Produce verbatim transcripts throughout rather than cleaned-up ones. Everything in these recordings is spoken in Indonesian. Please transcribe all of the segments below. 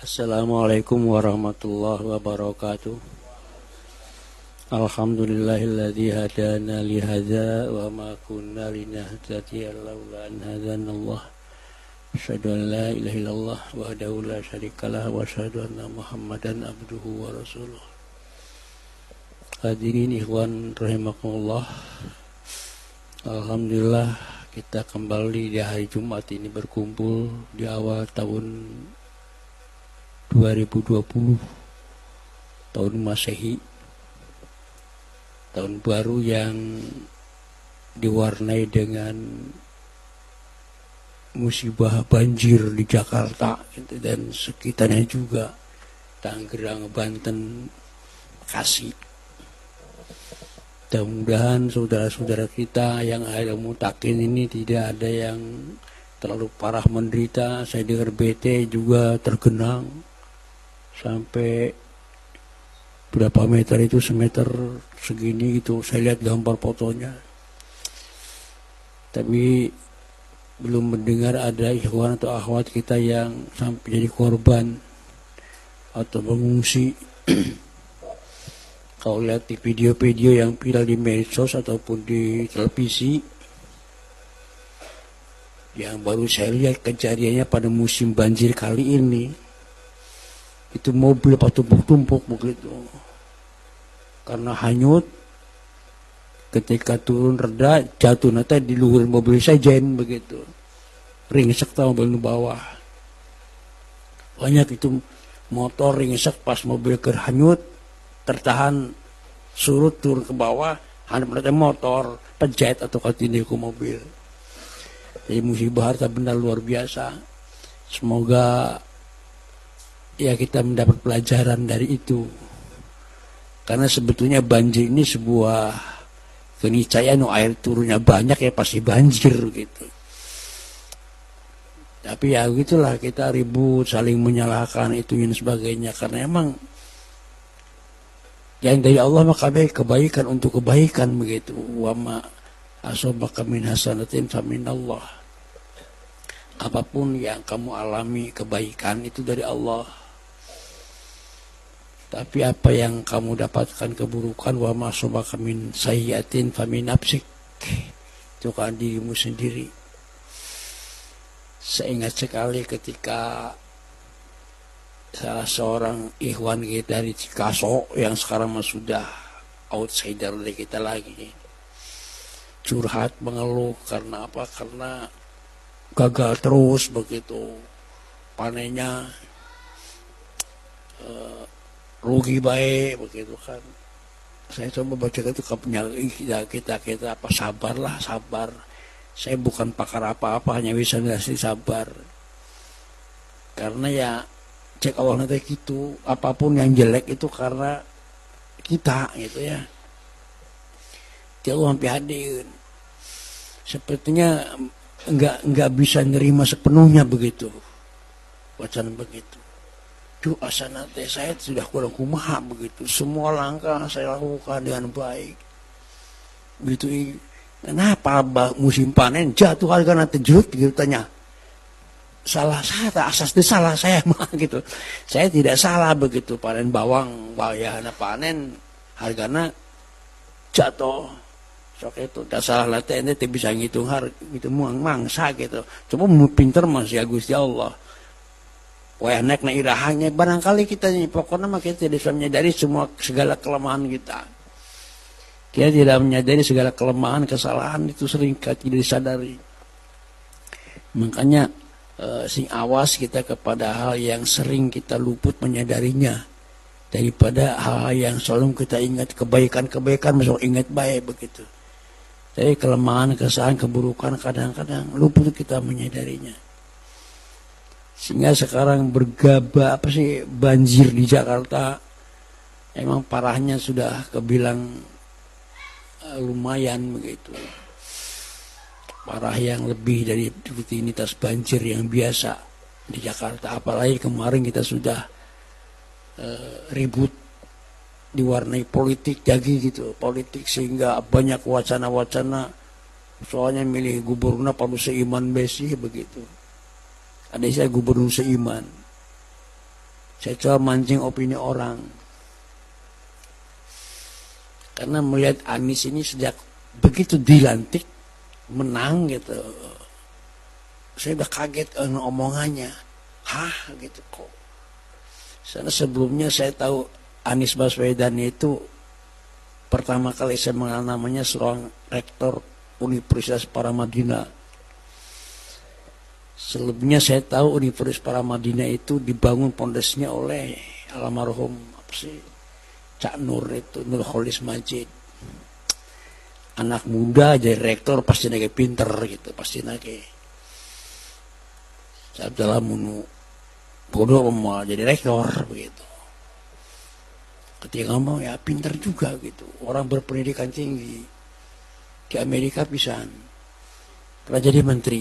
Assalamualaikum warahmatullahi wabarakatuh. Alhamdulillahilladzi hadana li hadza wa ma kunna linahtadiya laula an hadanallah. Asyhadu an la ilaha illallah wahdahu la syarikalah wa asyhadu anna Muhammadan abduhu wa rasuluh. Hadirin ikhwan rahimakumullah. Alhamdulillah kita kembali di hari Jumat ini berkumpul di awal tahun dua ribu dua puluh, tahun Masehi, tahun baru yang diwarnai dengan musibah banjir di Jakarta dan sekitarnya juga, Tangerang, Banten, Bekasi. Mudah-mudahan saudara-saudara kita yang ada mutakin ini tidak ada yang terlalu parah menderita. Saya dengar B T juga tergenang sampai berapa meter itu, semeter segini gitu, saya lihat gambar fotonya. Tapi belum mendengar ada ikhwan atau akhwat kita yang sampai jadi korban atau mengungsi. Kalau lihat di video-video yang viral di medsos ataupun di televisi, yang baru saya lihat kejadiannya pada musim banjir kali ini, itu mobil tumpuk-tumpuk begitu karena hanyut. Ketika turun reda, jatuh nanti di luhur mobil sejen begitu, ringsek tahu mobil di bawah. Banyak itu motor ringsek pas mobil kerhanyut, tertahan surut turun ke bawah, hanya pada motor pejet atau katini ke mobil. Jadi musibah harta benda luar biasa. Semoga ya kita mendapat pelajaran dari itu, karena sebetulnya banjir ini sebuah keniscayaan. No, air turunnya banyak ya pasti banjir gitu. Tapi ya gitulah, kita ribut saling menyalahkan itu dan sebagainya, karena emang yang dari Allah maka baik, kebaikan untuk kebaikan begitu. Wa ma asobaka min hasanatin faminallah. Apapun yang kamu alami kebaikan itu dari Allah. Tapi apa yang kamu dapatkan keburukan, wa ma asobaka min sayyiatin famin nafsik, itu kan dirimu sendiri. Saya ingat sekali ketika salah seorang ikhwan kita dari Cikaso yang sekarang sudah outsider dari kita lagi, curhat mengeluh karena apa? Karena gagal terus begitu panennya, e, rugi baik begitu kan. Saya coba baca itu kita kita kita apa sabarlah sabar. Saya bukan pakar apa-apa, hanya bisa ngasih sabar. Karena ya cek Allah nanti gitu, apapun yang jelek itu karena kita gitu ya. Dia Allah sampai hadir. Sepertinya enggak enggak bisa nerima sepenuhnya begitu wacana begitu. Duh, asanate saya sudah kurang kumaha begitu. Semua langkah saya lakukan dengan baik. Begitu. Kenapa musim panen jatuh harga nanti jut gitu tanya. Salah saya, asas itu salah saya mah gitu. Saya tidak salah begitu, panen bawang, bayarna panen hargana jatuh. Sok itu dah salah latih ini tidak bisa ngitung har gitu muang mangsa gitu. Coba mau pinter masih Gusti Allah. Wah naik na irahannya barangkali kita ini pokoknya mah kita tidak bisa menyadari semua segala kelemahan kita. Kita tidak menyadari segala kelemahan, kesalahan itu sering tidak disadari. Makanya eh, sing awas kita kepada hal yang sering kita luput menyadarinya, daripada hal yang selalu kita ingat kebaikan-kebaikan masuk ingat baik begitu. Tapi kelemahan, kesalahan, keburukan kadang-kadang luput kita menyadarinya. Sehingga sekarang bergabah apa sih banjir di Jakarta, emang parahnya sudah kebilang uh, lumayan begitu. Parah yang lebih dari rutinitas banjir yang biasa di Jakarta. Apalagi kemarin kita sudah uh, ribut diwarnai politik jadi gitu, politik sehingga banyak wacana-wacana soalnya milih gubernur perlu seiman besi begitu. Ada istilah gubernur seiman. Saya coba mancing opini orang. Karena melihat Anies ini sejak begitu dilantik, menang gitu. Saya udah kaget dengan omongannya. Hah gitu kok. Karena sebelumnya saya tahu Anies Baswedan itu pertama kali saya mengenal namanya seorang rektor Universitas Paramadina. Selebihnya saya tahu Universitas Paramadina itu dibangun pondasinya oleh almarhum apa sih Cak Nur itu, Nur Kholis Majid. Anak muda jadi rektor pasti nake pinter gitu, pasti nake. Saya dalam menu bodoh mau jadi rektor begitu. Ketika ngomong ya pinter juga gitu, orang berpendidikan tinggi di Amerika pisan pernah jadi menteri.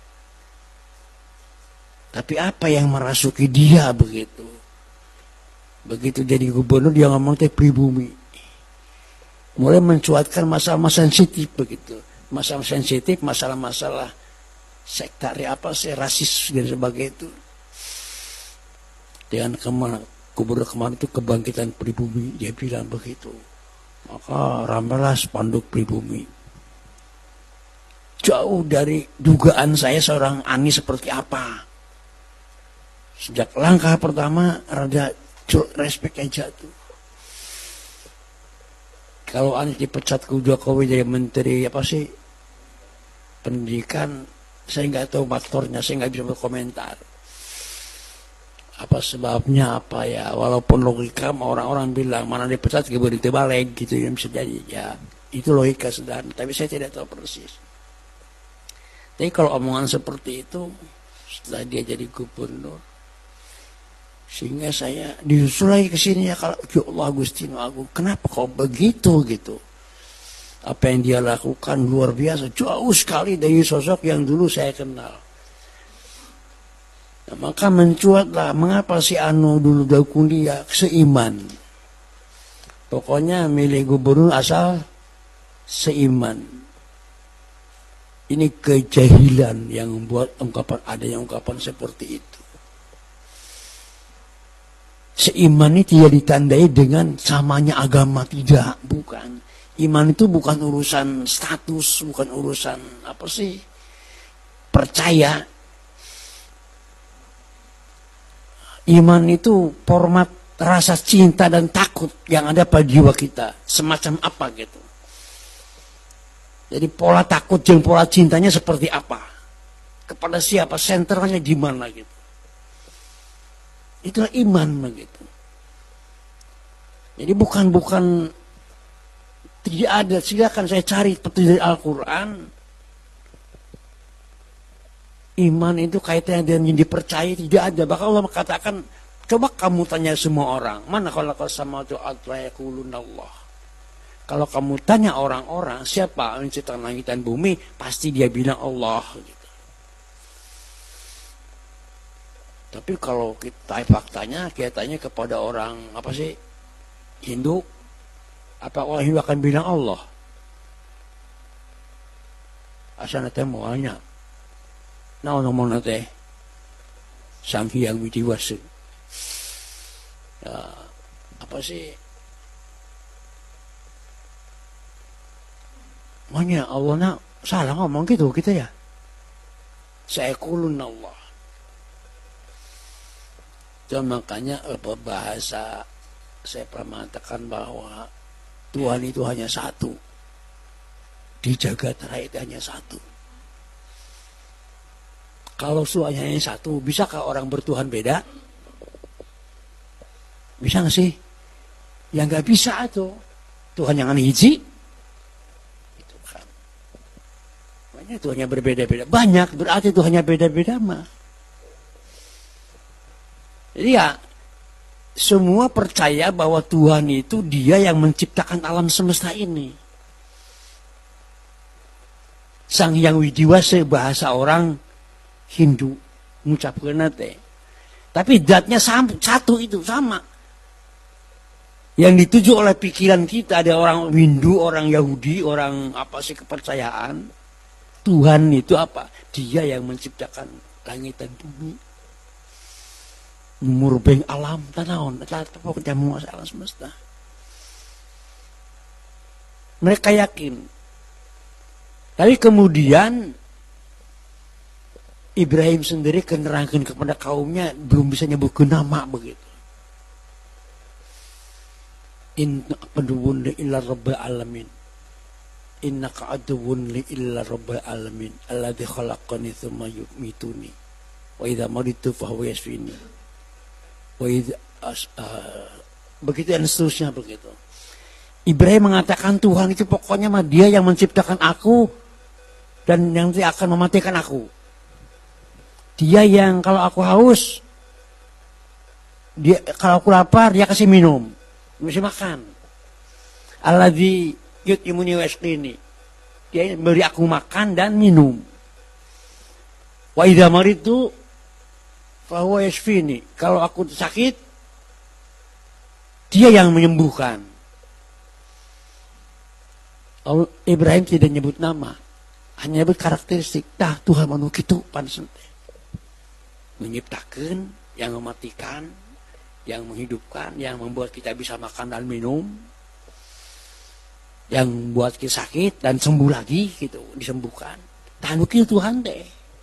Tapi apa yang merasuki dia begitu? Begitu jadi gubernur dia ngomong teh pribumi. Mulai mencuatkan masalah-masalah sensitif begitu. Masalah sensitif, masalah-masalah sektari apa sih, rasis dan sebagainya itu. Dengan kemana gubernur kemarin itu kebangkitan pribumi, dia bilang begitu. Maka ramailah spanduk pribumi. Jauh dari dugaan saya seorang Anies seperti apa. Sejak langkah pertama rada respect aja tuh. Kalau Anies dipecat ke Jokowi jadi menteri apa sih pendidikan, saya nggak tahu faktornya, saya nggak bisa berkomentar. Apa sebabnya apa ya? Walaupun logika orang-orang bilang mana dipecat ke berhenti balik gitu yang bisa jadi ya itu logika sederhana. Tapi saya tidak tahu persis. Tapi kalau omongan seperti itu setelah dia jadi gubernur, sehingga saya disusul lagi ke sini ya kalau ya Allah Agustino Agung, kenapa kok begitu gitu? Apa yang dia lakukan luar biasa, jauh sekali dari sosok yang dulu saya kenal. Nah, maka mencuatlah mengapa si Anu dulu dukung dia seiman. Pokoknya milih gubernur asal seiman. Ini kejahilan yang membuat ungkapan adanya ungkapan seperti itu. Seiman ini tidak ditandai dengan samanya agama, tidak, bukan. Iman itu bukan urusan status, bukan urusan apa sih, percaya. Iman itu format rasa cinta dan takut yang ada pada jiwa kita, semacam apa gitu. Jadi pola takut dan pola cintanya seperti apa, kepada siapa, senternya di mana gitu. Itulah iman begitu. Jadi bukan bukan tidak ada. Silakan saya cari petunjuk dari Al-Quran. Iman itu kaitannya dengan yang dipercaya tidak ada. Bahkan Allah mengatakan, coba kamu tanya semua orang, mana kalau kau sama itu Allah. Kalau kamu tanya orang-orang siapa yang menciptakan langit dan bumi, pasti dia bilang Allah. Gitu. Tapi kalau kita faktanya, kita tanya kepada orang apa sih Hindu, apa orang Hindu akan bilang Allah? Asal nanti mualnya, nah ngomong nanti Sang Hyang Widiwasa. Ya, apa sih? Makanya Allah nak salah ngomong gitu kita ya. Saya kulun Allah. Dan makanya bahasa saya pernah mengatakan bahwa Tuhan itu hanya satu. Di jagat raya itu hanya satu. Kalau Tuhan hanya satu, bisakah orang bertuhan beda? Bisa nggak sih? Ya nggak bisa tuh. Tuhan yang hiji. Itu kan. Banyak Tuhannya berbeda-beda. Banyak berarti Tuhannya beda-beda mah. Jadi ya semua percaya bahwa Tuhan itu dia yang menciptakan alam semesta ini. Sang Hyang Widiwasa bahasa orang Hindu mengucapkan nate. Tapi zatnya sama, satu itu sama. Yang dituju oleh pikiran kita ada orang Hindu, orang Yahudi, orang apa sih kepercayaan. Tuhan itu apa? Dia yang menciptakan langit dan bumi. murbeng alam tanaon tatapok jamu alam semesta. Mereka yakin. Tapi kemudian Ibrahim sendiri kenerangkan kepada kaumnya belum bisa nyebutkan nama begitu. Inna aduwwun li illa rabbil alamin. Innaka aduwwun li illa rabbil alamin. Alladzi khalaqani tsumma yumituni. Wa idza maritu fa huwa yashfini. Wa idza uh, begitu dan seterusnya begitu. Ibrahim mengatakan Tuhan itu pokoknya mah Dia yang menciptakan aku dan yang nanti akan mematikan aku. Dia yang kalau aku haus, dia kalau aku lapar dia kasih minum, kasih makan. Alladzi yut'imuni wa yasqini. Dia beri aku makan dan minum. Wa idza maritu fa huwa yashfini. Kalau aku sakit, Dia yang menyembuhkan. Ibrahim tidak nyebut nama, hanya nyebut karakteristik. Dah Tuhan manu kitu pancen teh. Menciptakan, yang mematikan, yang menghidupkan, yang membuat kita bisa makan dan minum, yang membuat kita sakit dan sembuh lagi gitu, disembuhkan. Tanu kitu Tuhan deh.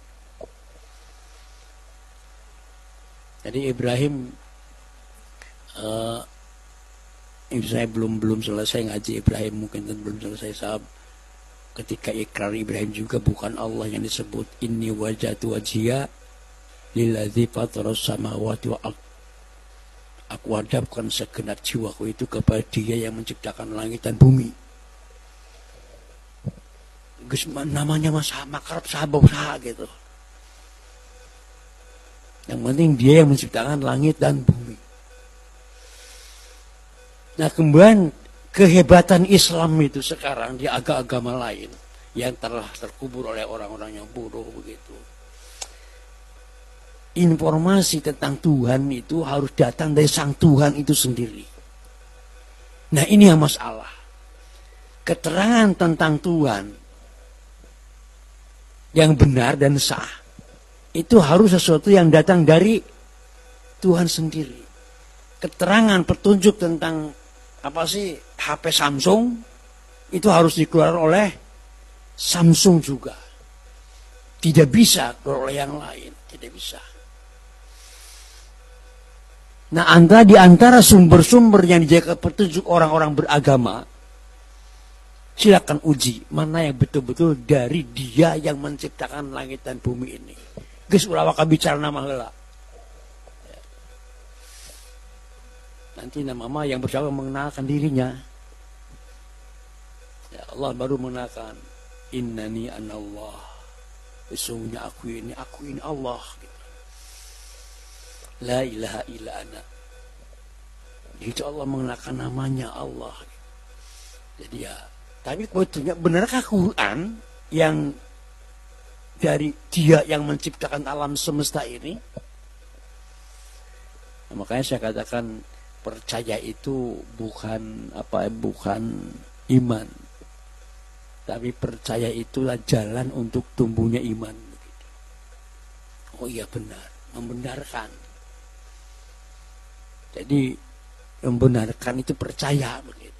Jadi Ibrahim uh, ini saya belum belum selesai ngaji Ibrahim, mungkin belum selesai sahab. Ketika ikrar Ibrahim juga bukan Allah yang disebut inni wajhatu wajhiya lilladzi fataras samawati wal ardh. Aku hadapkan segenap jiwaku itu kepada Dia yang menciptakan langit dan bumi. Gus namanya mas sama kerap sahabat usaha gitu. Yang penting Dia yang menciptakan langit dan bumi. Nah kemudian kehebatan Islam itu sekarang di agama-agama lain yang telah terkubur oleh orang-orang yang bodoh begitu. Informasi tentang Tuhan itu harus datang dari Sang Tuhan itu sendiri. Nah ini yang masalah. Keterangan tentang Tuhan yang benar dan sah itu harus sesuatu yang datang dari Tuhan sendiri. Keterangan petunjuk tentang apa sih H P Samsung itu harus dikeluarkan oleh Samsung juga. Tidak bisa keluar oleh yang lain, tidak bisa. Nah, antara di antara sumber-sumber yang dijaga petunjuk orang-orang beragama, silakan uji mana yang betul-betul dari Dia yang menciptakan langit dan bumi ini. Geus ulah waka bicara nama heula. Nanti nama mama yang bersama mengenalkan dirinya. Ya Allah baru mengenalkan innani anallah. Sesungguhnya aku ini, aku ini Allah. Gitu. La ilaha illa ana. Jadi Allah mengenalkan namanya Allah. Jadi ya, tapi sebetulnya benarkah Quran yang dari Dia yang menciptakan alam semesta ini? Nah, makanya saya katakan percaya itu bukan apa bukan iman, tapi percaya itulah jalan untuk tumbuhnya iman. Oh iya benar, membenarkan. Jadi membenarkan itu percaya begitu.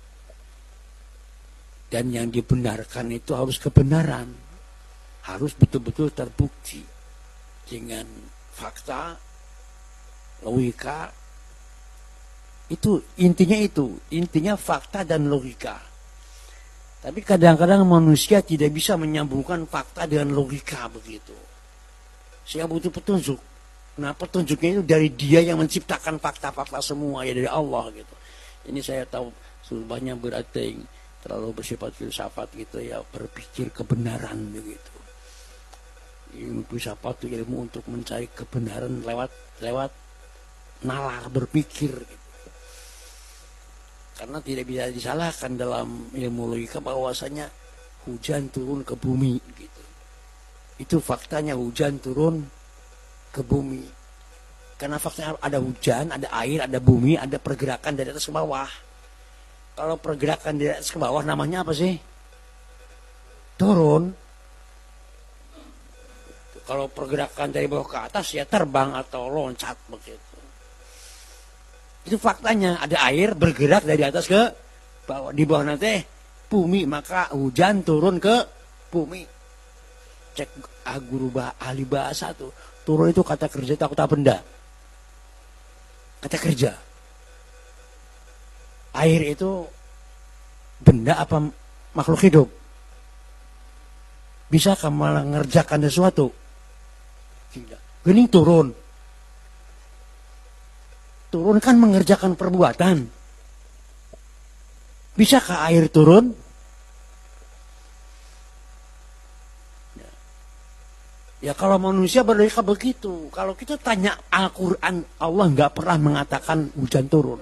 Dan yang dibenarkan itu harus kebenaran, harus betul-betul terbukti dengan fakta, logika. Itu intinya itu, intinya fakta dan logika. Tapi kadang-kadang manusia tidak bisa menyambungkan fakta dengan logika begitu. Sehingga butuh petunjuk. Nah petunjuknya itu dari Dia yang menciptakan fakta-fakta semua ya dari Allah gitu. Ini saya tahu banyak berarti terlalu bersifat filsafat gitu ya, berpikir kebenaran begitu. Ilmu filsafat itu ilmu untuk mencari kebenaran lewat lewat nalar berpikir gitu. Karena tidak bisa disalahkan dalam ilmu logika bahwasanya hujan turun ke bumi gitu. Itu faktanya hujan turun ke bumi. Karena faktanya ada hujan, ada air, ada bumi, ada pergerakan dari atas ke bawah. Kalau pergerakan dari atas ke bawah namanya apa sih? Turun. Kalau pergerakan dari bawah ke atas ya terbang atau loncat begitu. Itu faktanya, ada air bergerak dari atas ke bawah. Di bawah nanti bumi, maka hujan turun ke bumi. Cek ah, guru bah, ahli bahasa tuh. Turun itu kata kerja atau kata benda? Kata kerja. Air itu benda apa makhluk hidup? Bisa kamu mengerjakan sesuatu? Tidak. Gening turun. Turun kan mengerjakan perbuatan. Bisakah air turun? Ya, ya kalau manusia berdeka begitu. Kalau kita tanya Al-Quran, Allah nggak pernah mengatakan hujan turun.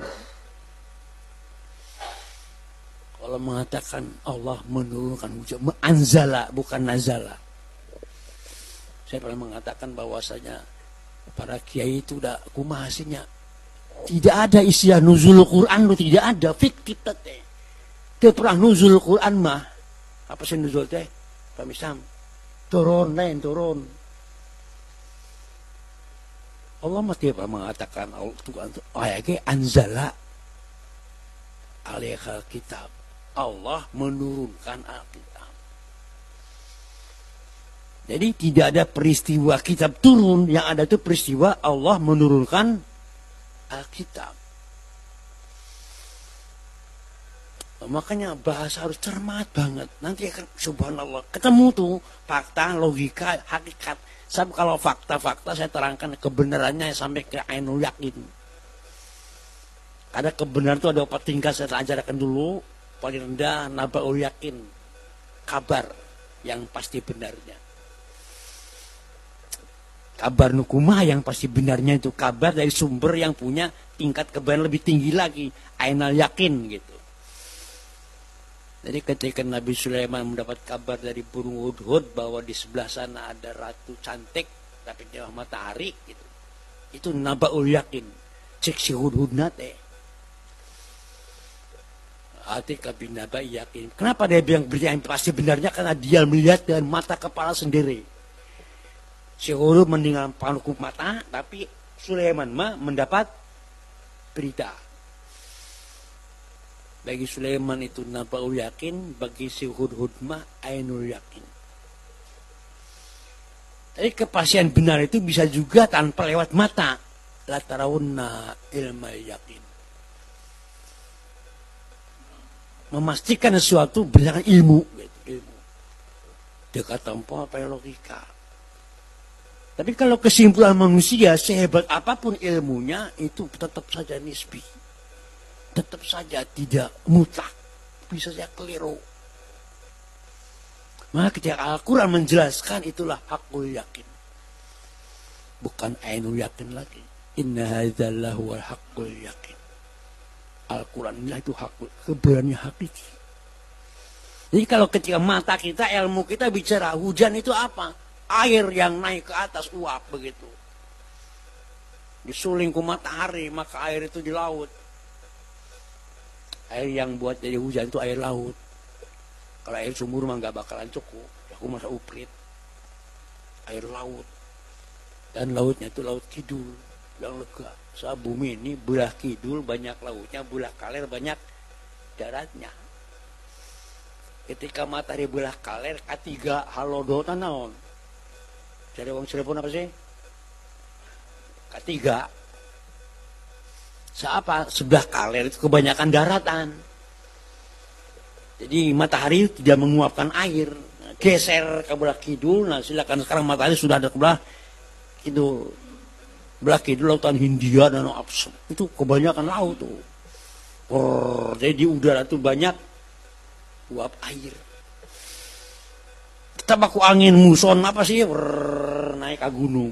Kalau mengatakan Allah menurunkan hujan, anzala bukan nazala. Saya pernah mengatakan bahwasanya para kiai itu udah kumahasinya. Tidak ada istilah nuzul Quran, lu tidak ada fiktif teh. Dia pernah nuzul Quran mah. Apa sih nuzul teh? Pak Misam. Turun lain turun. Allah mah tidak mengatakan Tuhan itu ayatnya anzala alaihal kitab. Allah menurunkan Alkitab. Jadi tidak ada peristiwa kitab turun, yang ada itu peristiwa Allah menurunkan Alkitab. Makanya bahasa harus cermat banget. Nanti akan subhanallah ketemu tuh fakta, logika, hakikat. Sebab kalau fakta-fakta saya terangkan kebenarannya sampai ke ainul yakin. Ada kebenaran itu ada empat tingkat, saya ajarkan dulu. Paling rendah nabaul yakin, kabar yang pasti benarnya. Kabar nukumah yang pasti benarnya itu kabar dari sumber yang punya tingkat kebenaran lebih tinggi lagi, ainal yakin gitu. Jadi ketika Nabi Sulaiman mendapat kabar dari burung hudhud bahwa di sebelah sana ada ratu cantik tapi di bawah matahari gitu. Itu nabaul yakin. Cek si hudhud nate. Hati kabinaba yakin. Kenapa dia bilang berita yang pasti benarnya? Karena dia melihat dengan mata kepala sendiri. Si hudhud meninggal panukup mata, tapi Sulaiman mah mendapat berita. Bagi Sulaiman itu nabaul yakin, bagi si hudhud mah ainul yakin. Tapi kepastian benar itu bisa juga tanpa lewat mata. La tarawunna ilmal yakin. Memastikan sesuatu berdasarkan ilmu, gitu, ilmu. Dekat tanpa apa logika. Tapi kalau kesimpulan manusia sehebat apapun ilmunya itu tetap saja nisbi, tetap saja tidak mutlak, bisa saja keliru. Maka ketika Al-Quran menjelaskan itulah hakul yakin, bukan ainul yakin lagi. Inna hadzal huwal hakul yakin. Al-Quran inilah itu hak, kebenarannya hakiki. Jadi kalau ketika mata kita, ilmu kita bicara hujan itu apa? Air yang naik ke atas uap begitu. Disuling ke matahari, maka air itu di laut. Air yang buat jadi hujan itu air laut. Kalau air sumur mah nggak bakalan cukup. Aku masa uprit. Air laut. Dan lautnya itu laut kidul yang lega. Soal bumi ini belah kidul banyak lautnya, belah kaler banyak daratnya. Ketika matahari belah kaler, ketiga halodo naon. Jadi wong Cirebon apa sih? Ketiga. Seapa? Sebelah kaler itu kebanyakan daratan. Jadi matahari tidak menguapkan air. Geser ke belah kidul. Nah silakan sekarang matahari sudah ada ke belah kidul. Belah kidul lautan Hindia dan Absam. Itu kebanyakan laut tuh. Brrr, jadi di udara itu banyak uap air. Kita baku angin muson apa sih? Brrr, naik ke gunung.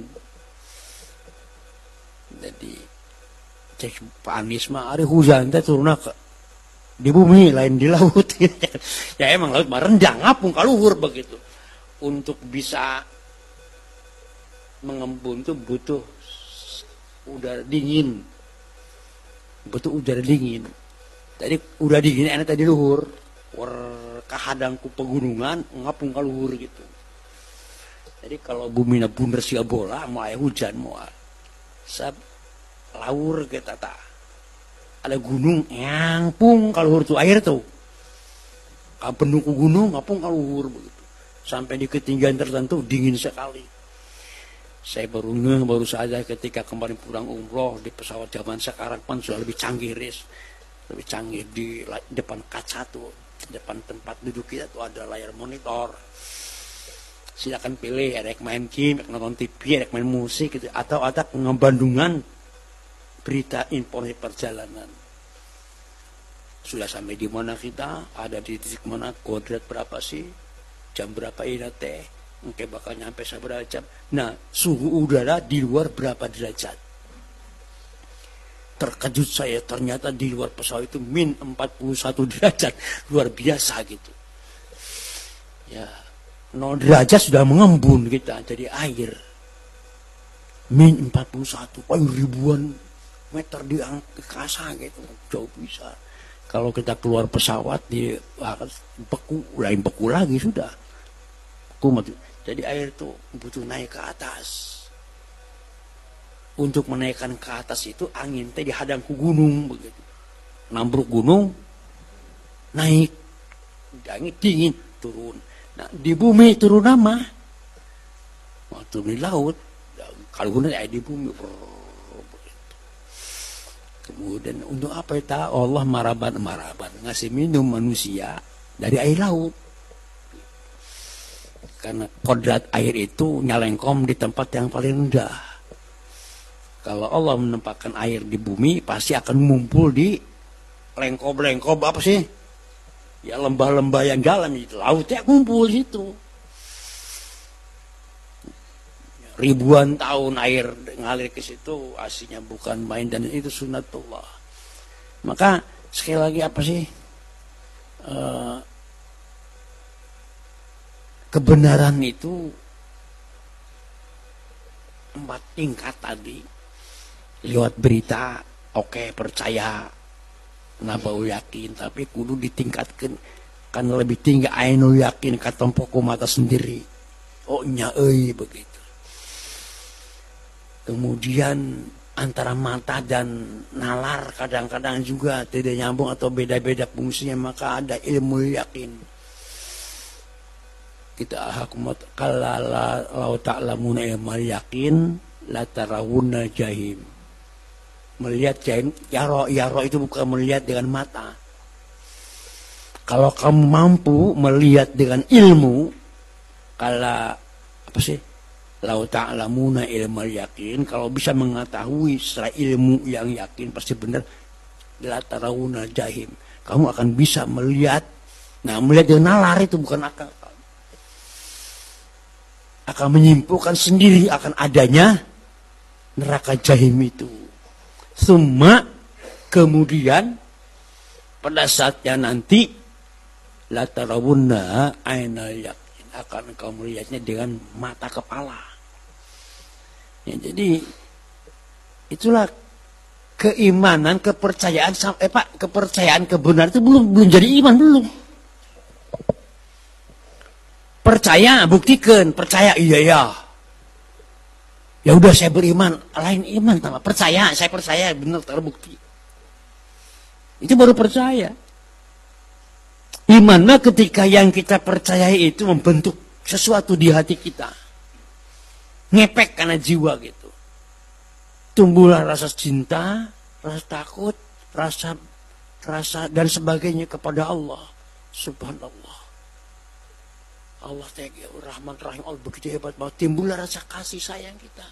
Jadi cek Pak Anies mah hari hujan teh turun ke di bumi lain di laut. Ya emang laut mah rendah ngapung kaluhur begitu. Untuk bisa mengembun itu butuh udara dingin, betul udara dingin. Tadi udara dingin enak tadi luhur, war kahadang ku pegunungan ngapung ka luhur gitu. Jadi kalau bumi na bundar sia bola, mau air hujan mau sab laur kita tak ada gunung ngapung kalau hurtu air tuh. Kalau penuh ke gunung ngapung kalau hur begitu. Sampai di ketinggian tertentu dingin sekali. Saya baru ngeh baru saja ketika kemarin pulang umroh di pesawat zaman sekarang kan sudah lebih canggih ris. Lebih canggih di depan kaca tuh, depan tempat duduk kita tuh ada layar monitor. Silakan pilih, ada yang main game, nonton T V, ada yang main musik gitu, atau ada pengebandungan berita informasi perjalanan. Sudah sampai di mana kita, ada di titik mana, kodrat berapa sih, jam berapa ini teh, mungkin bakal nyampe seberapa jam. Nah, suhu udara di luar berapa derajat? Terkejut saya, ternyata di luar pesawat itu min empat puluh satu derajat, luar biasa gitu. Ya. nol derajat sudah mengembun kita jadi air. Min empat puluh satu, paling ribuan meter di angkasa gitu, jauh bisa. Kalau kita keluar pesawat di beku, lain beku lagi sudah. Beku, jadi air itu butuh naik ke atas. Untuk menaikkan ke atas itu angin teh dihadang ke gunung begitu. Nambruk gunung, naik, angin dingin turun. Nah, di bumi turun nama waktu di laut kalau guna di bumi. Kemudian untuk apa itu Allah maraban maraban ngasih minum manusia dari air laut, karena kodrat air itu nyalengkom di tempat yang paling rendah. Kalau Allah menempatkan air di bumi pasti akan ngumpul di lengkob-lengkob apa sih ya, lembah-lembah yang dalam itu, lautnya kumpul situ. Ribuan tahun air ngalir ke situ, aslinya bukan main, dan itu sunatullah. Maka sekali lagi apa sih uh, kebenaran itu empat tingkat tadi. Lewat berita, oke okay, percaya. Nabau yakin, tapi kudu ditingkatkan karena lebih tinggi ainu yakin katompoku mata sendiri. Oh nya euy begitu. Kemudian antara mata dan nalar kadang-kadang juga tidak nyambung atau beda-beda fungsinya, maka ada ilmu yakin. Kita hakumat kalala lau ta'lamuna ilmu yakin la tarawunna jahim. Melihat jahim, yaro, yaro itu bukan melihat dengan mata. Kalau kamu mampu melihat dengan ilmu, kalau apa sih, lau ta'lamuna ilmu yakin, kalau bisa mengetahui secara ilmu yang yakin pasti benar, la tarawuna jahim, kamu akan bisa melihat. Nah, melihat dengan nalar itu bukan akal, akan menyimpulkan sendiri akan adanya neraka jahim itu. Summa kemudian pada saatnya nanti la tarawunna ainal yakin, akan kau melihatnya dengan mata kepala. Ya, jadi itulah keimanan, kepercayaan eh Pak, kepercayaan kebenaran itu belum belum jadi iman belum. Percaya, buktikan, percaya iya ya. Ya udah saya beriman, lain iman sama percaya, saya percaya benar terbukti. Itu baru percaya. Iman mah ketika yang kita percayai itu membentuk sesuatu di hati kita. Ngepek karena jiwa gitu. Tumbuhlah rasa cinta, rasa takut, rasa rasa dan sebagainya kepada Allah. Subhanallah. Allah tega, Rahman Rahim, Allah begitu hebat banget. Timbullah rasa kasih sayang kita.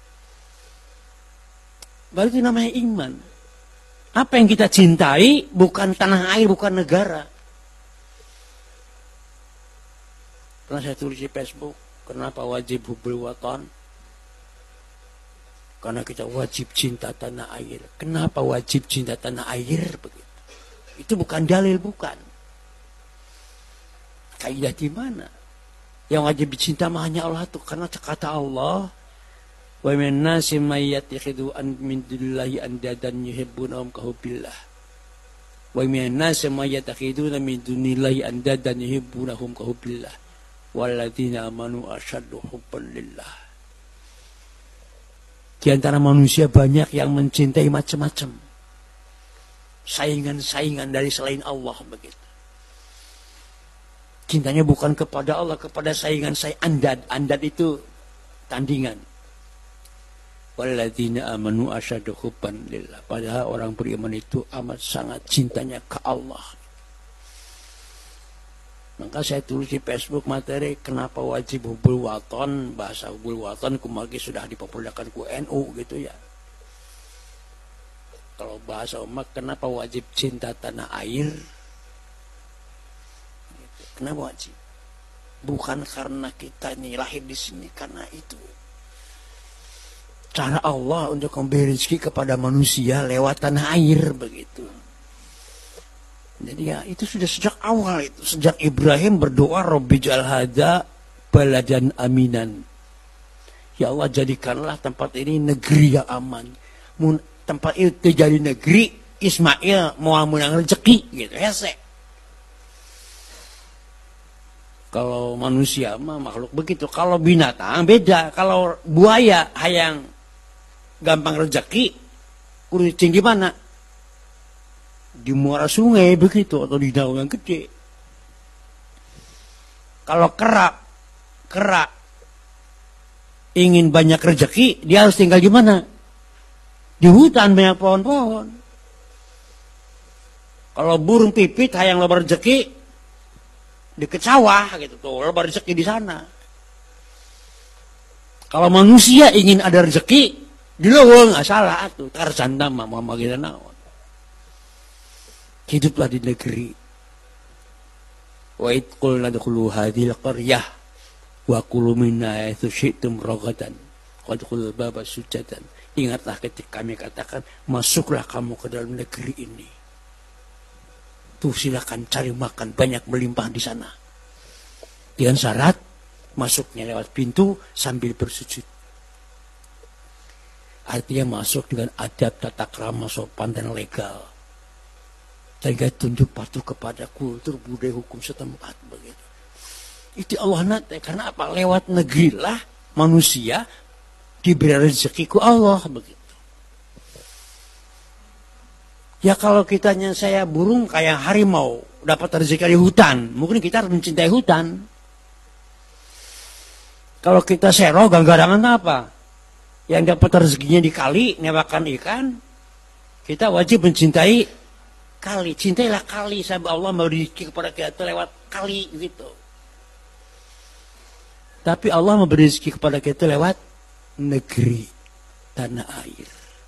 Baru itu namanya iman. Apa yang kita cintai bukan tanah air, bukan negara. Pernah saya tulis di Facebook, kenapa wajib hubul watan? Karena kita wajib cinta tanah air. Kenapa wajib cinta tanah air? Begitu. Itu bukan dalil, bukan. Kaidah di mana? Yang wajib dicinta hanya Allah itu, karena kata Allah, wa min nasi may yattakhidhu an min dunillahi andadan yuhibbunahum ka hubbillah. Wa min nasi may yattakhidhu min dunillahi andadan yuhibbunahum ka hubbillah. Walladzina amanu asyaddu hubban lillah. Di antara manusia banyak yang mencintai macam-macam. Saingan-saingan dari selain Allah begitu. Cintanya bukan kepada Allah, kepada saingan saya. Andad, andad itu tandingan. Walladzina amanu asyaddu hubban lillah. Padahal orang beriman itu amat sangat cintanya ke Allah. Maka saya tulis di Facebook materi kenapa wajib hubul waton, bahasa hubul waton kumagi sudah dipopulerkan ku N U gitu ya. Kalau bahasa umat kenapa wajib cinta tanah air? Gitu. Kenapa wajib? Bukan karena kita ini lahir di sini, karena itu cara Allah untuk memberi rezeki kepada manusia lewat tanah air begitu. Jadi ya itu sudah sejak awal itu. Sejak Ibrahim berdoa Rabbi ja'al hadza baladan aminan. Ya Allah jadikanlah tempat ini negeri yang aman. Mun, tempat itu jadi negeri Ismail mau menang rezeki gitu ya sih. Kalau manusia mah makhluk begitu. Kalau binatang beda. Kalau buaya hayang gampang rezeki kudu tinggi mana? Di muara sungai begitu atau di danau yang gede. Kalau kera, kera ingin banyak rezeki, dia harus tinggal di mana? Di hutan banyak pohon-pohon. Kalau burung pipit hayang loba rezeki, di sawah gitu tuh, loba rezeki di sana. Kalau manusia ingin ada rezeki, di leuweung salah atuh, tarzanda mah mah gitu naon. Hiduplah di negeri. Wa id qulna dkhulu hadhil qaryah wa kulu minha haitsu syi'tum ragadan wadkhulul baba sujadan. Ingatlah ketika kami katakan masuklah kamu ke dalam negeri ini. Tuh silakan cari makan banyak melimpah di sana. Dengan syarat masuknya lewat pintu sambil bersujud. Artinya masuk dengan adab tata krama sopan dan legal. Sehingga tunduk patuh kepada kultur budaya hukum setempat begitu. Itu Allah nate karena apa? Lewat negeri lah manusia diberi rezeki ku Allah begitu. Ya kalau kitanya saya burung kayak harimau dapat rezeki di hutan, mungkin kita harus mencintai hutan. Kalau kita sero ganggarangan apa? Yang dapat rezekinya di kali newakan ikan, kita wajib mencintai kali, cintailah kali, sampai Allah memberi rezeki kepada kita lewat kali gitu. Tapi Allah memberi rezeki kepada kita lewat negeri, tanah air.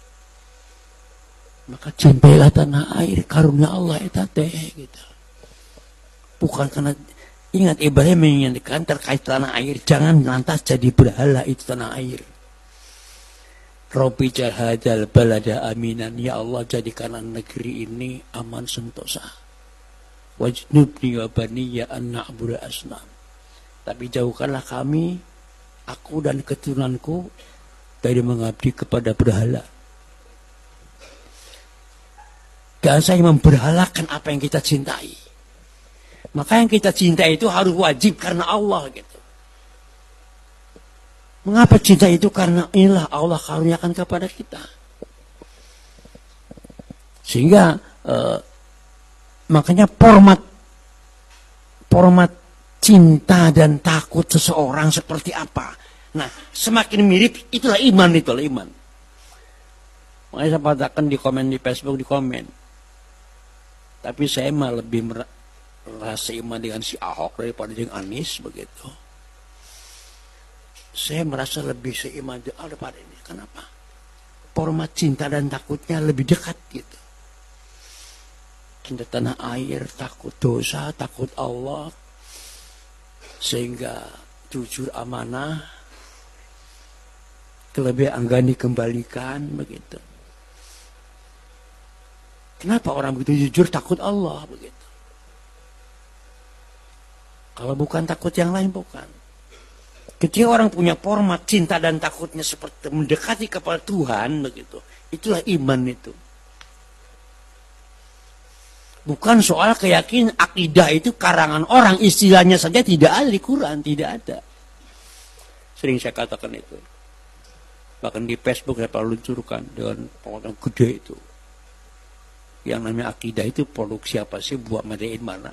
Maka cintailah tanah air, karunia Allah itu teh gitu. Bukan karena ingat Ibrahim mengingatkan terkait tanah air, jangan lantas jadi berhala itu tanah air. Rabbi jahadal balada aminan. Ya Allah jadikanlah negeri ini aman sentosa. Wajnubni wa baniya an na'budu asnam. Tapi jauhkanlah kami, aku dan keturunanku dari mengabdi kepada berhala. Jangan saya memberhalakan apa yang kita cintai. Maka yang kita cintai itu harus wajib karena Allah gitu. Mengapa cinta itu? Karena inilah Allah karuniakan kepada kita. Sehingga eh, makanya format format cinta dan takut seseorang seperti apa. Nah, semakin mirip itulah iman, itulah iman. Makanya saya katakan di komen di Facebook, di komen. Tapi saya mah lebih merasa iman dengan si Ahok daripada dengan Anies begitu. Saya merasa lebih seiman daripada ini. Kenapa? Format cinta dan takutnya lebih dekat gitu. Cinta tanah air, takut dosa, takut Allah. Sehingga jujur amanah. Kelebihan anggan dikembalikan begitu. Kenapa orang begitu jujur takut Allah begitu? Kalau bukan takut yang lain bukan. Ketika orang punya format cinta dan takutnya seperti mendekati kepada Tuhan begitu, itulah iman itu. Bukan soal keyakinan. Akidah itu karangan orang, istilahnya saja tidak ada di Quran, tidak ada. Sering saya katakan itu. Bahkan di Facebook saya pernah luncurkan dengan penonton gede itu. Yang namanya akidah itu produksi apa sih, buat madain mana?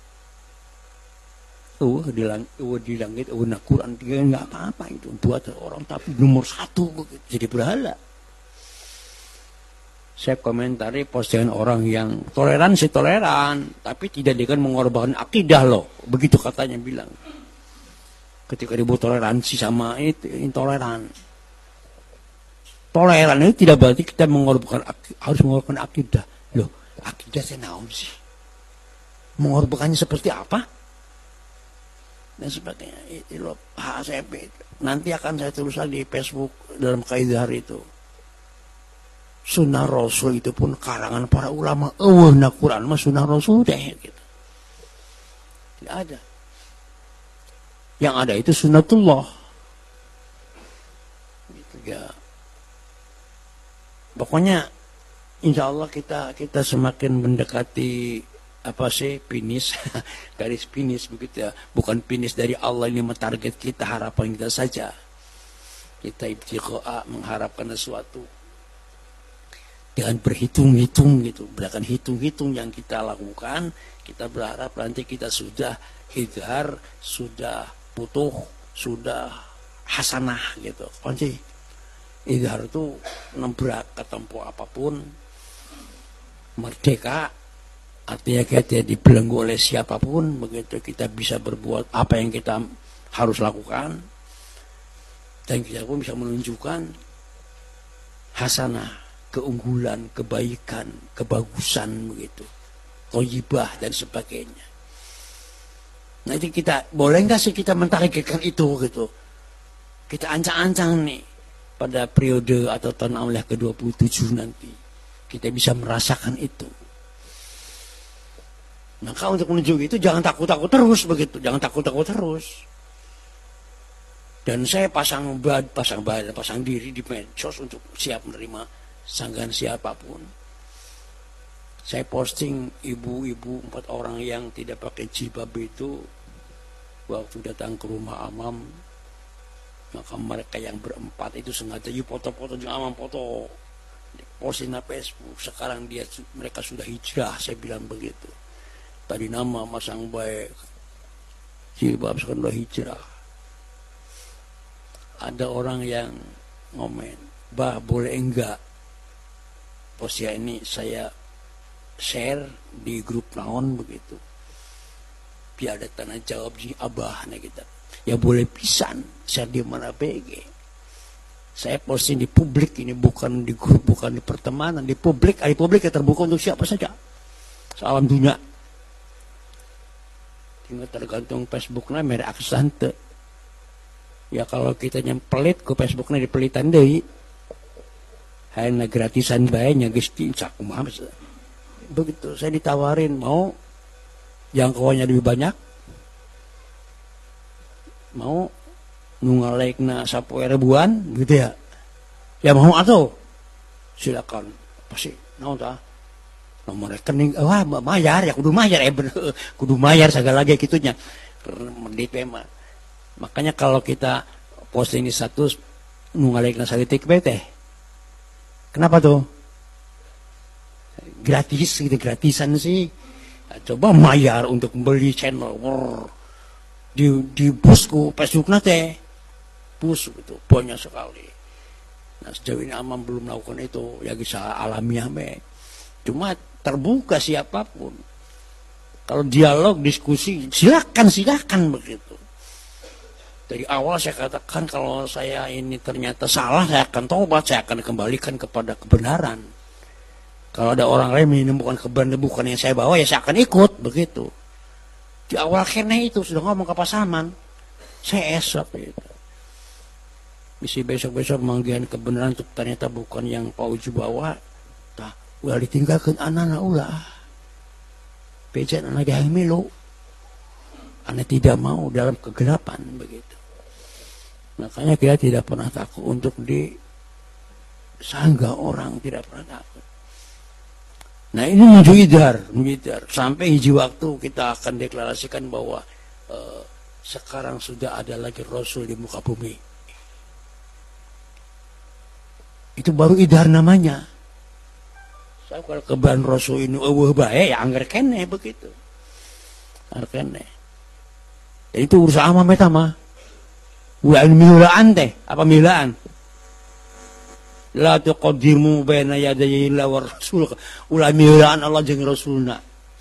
Oh di langit, oh di langit, oh nah Quran dia nggak apa-apa itu buat orang, tapi nomor satu begitu. Jadi berhala. Saya komentari postingan orang yang toleransi toleran, tapi tidak dengan mengorbankan akidah loh, begitu katanya bilang. Ketika ribut toleransi sama itu intoleran. Toleran itu tidak berarti kita mengorbankan harus mengorbankan akidah. Loh, akidah saya naon sih? Mengorbankannya seperti apa? Dan sebagainya. Itu loh, H S P. Nanti akan saya tulis di Facebook dalam kaidah itu. Sunnah Rasul itu pun karangan para ulama. Oh, nah Quran mah sunnah Rasul deh. Gitu. Tidak ada. Yang ada itu sunnatullah. Gitu ya. Pokoknya insya Allah kita kita semakin mendekati apa sih finish, garis finish begitu ya. Bukan finish dari Allah ini mentarget kita, harapan kita saja. Kita ibtiqa'a mengharapkan sesuatu dengan berhitung-hitung gitu, berdasarkan hitung-hitung yang kita lakukan, kita berharap nanti kita sudah idhar, sudah putuh, sudah hasanah gitu. Kunci idhar itu nembrak ke tempo apapun, merdeka, artinya kita dibelenggu oleh siapapun, begitu kita bisa berbuat apa yang kita harus lakukan, dan kita pun bisa menunjukkan hasanah, keunggulan, kebaikan, kebagusan begitu, thayyibah dan sebagainya. Nah itu kita boleh nggak sih kita mentargetkan itu gitu? Kita ancang-ancang nih pada periode atau tahun Amliah ke dua puluh tujuh nanti kita bisa merasakan itu. Maka untuk menuju itu jangan takut-takut terus begitu, jangan takut-takut terus. Dan saya pasang bad, pasang bad, pasang diri di medsos untuk siap menerima sanggahan siapapun. Saya posting ibu-ibu empat orang yang tidak pakai jilbab itu waktu datang ke rumah Amam, maka mereka yang berempat itu sengaja yuk foto-foto dengan Amam, foto posting di Facebook. Sekarang dia mereka sudah hijrah, saya bilang begitu. Tadi nama masang baik jilbab, sekarang sudah hijrah. Ada orang yang ngomen, bah boleh enggak postingan ini saya share di grup naon begitu, biar ada tanya jawab di abahnya kita. Ya boleh pisan, share di mana B G. Saya posting di publik ini, bukan di grup, bukan di pertemanan, di publik. Di publik ya terbuka untuk siapa saja, salam dunia. Tinggal tergantung Facebooknya merek aksante. Ya kalau kita yang pelit ke Facebooknya dipelitan deh, hanya gratisan bayarnya gesti cak kumaha. Begitu saya ditawarin mau jangkauannya lebih banyak, mau nungalaikna sapoe ribuan gitu ya, ya mau atau silakan pasti naon tah nomor rekening, wah mayar ya kudu mayar eh bener kudu mayar segala lagi gitunya di P M. Makanya kalau kita posting di status nungalaikna saeutik bae teh, kenapa tuh gratis gitu, gratisan sih. Nah, coba mayar untuk membeli channel Wrr. di di busku Facebook nate bus gitu banyak sekali. Nah sejauh ini Amam belum melakukan itu, ya bisa alamiah me. Cuma terbuka siapapun. Kalau dialog diskusi silakan silakan begitu. Dari awal saya katakan kalau saya ini ternyata salah, saya akan tobat, saya akan kembalikan kepada kebenaran. Kalau ada orang lain menemukan kebenaran bukan yang saya bawa, ya saya akan ikut begitu. Di awal kene itu sudah ngomong ke pasaman, saya esok itu. Bisa besok-besok manggihan kebenaran itu ternyata bukan yang Pak Uju bawa, tah udah ditinggalkan anak-anak ulah. Bejan anak dia melo, anak tidak mau dalam kegelapan begitu. Makanya kita tidak pernah takut untuk disanggah orang, tidak pernah takut. Nah ini menuju idhar, menuju idhar. Sampai hiji waktu kita akan deklarasikan bahwa uh, sekarang sudah ada lagi Rasul di muka bumi. Itu baru idhar namanya. Saya kalau keban Rasul ini eueuh bae ya anggar kene begitu. Anggar kene. Jadi itu urusan ama meta mah. Ulah milaan teh, apa milaan? La tuqaddimu baina yaday Allah wa rasul. Ulah milaan Allah jeung Rasulna.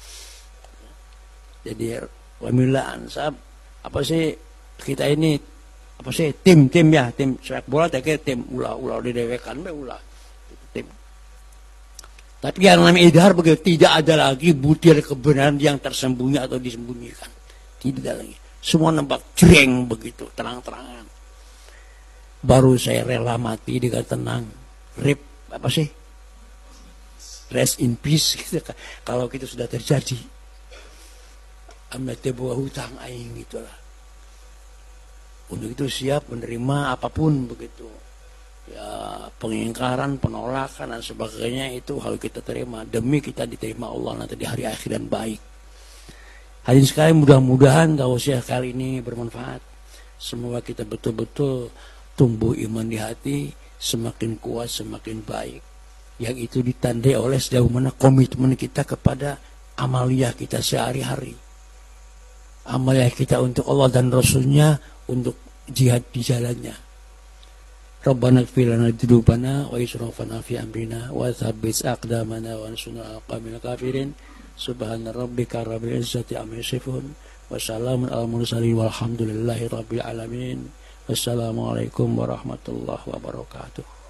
Jadi milaan sab apa sih kita ini apa sih tim-tim ya, tim sepak bola teh tim ulah ulah didewekan be ulah tim. Tapi yang namanya idhar begitu tidak ada lagi butir kebenaran yang tersembunyi atau disembunyikan. Tidak lagi. Semua nampak jreng begitu, terang-terangan. Baru saya rela mati dengan tenang. Rip apa sih? Rest in peace gitu. Kalau itu sudah terjadi. Amnate buah hutang aing gitulah. Untuk itu siap menerima apapun begitu. Ya pengingkaran, penolakan dan sebagainya itu hal kita terima demi kita diterima Allah nanti di hari akhir dan baik. Hadirin sekalian, mudah-mudahan tausiah kali ini bermanfaat. Semoga kita betul-betul tumbuh iman di hati, semakin kuat, semakin baik. Yang itu ditandai oleh sejauh mana komitmen kita kepada amaliyah kita sehari-hari. Amaliyah kita untuk Allah dan Rasulnya, untuk jihad di jalannya. Rabbana ighfir lana dzunubana wa israfana fi amrina wa tsabbit aqdamana wa ansurna 'alal qawmil kafirin. Subhana rabbika rabbil izzati amma yasifun wa salamun alal mursalin walhamdulillahi rabbil alamin. Wassalamualaikum warahmatullahi wabarakatuh.